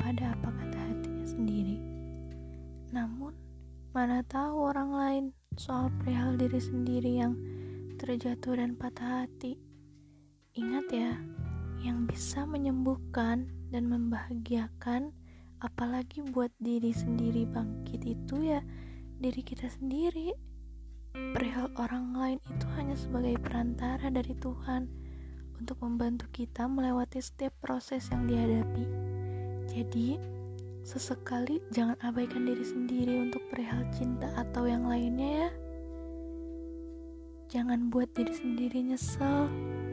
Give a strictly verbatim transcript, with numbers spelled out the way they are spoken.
pada apa kata hatinya sendiri. Namun, mana tahu orang lain soal perihal diri sendiri yang terjatuh dan patah hati. Ingat ya, yang bisa menyembuhkan dan membahagiakan, apalagi buat diri sendiri bangkit itu ya diri kita sendiri. Perihal orang lain itu hanya sebagai perantara dari Tuhan untuk membantu kita melewati setiap proses yang dihadapi. Jadi, sesekali jangan abaikan diri sendiri untuk perihal cinta atau yang lainnya ya. Jangan buat diri sendiri nyesel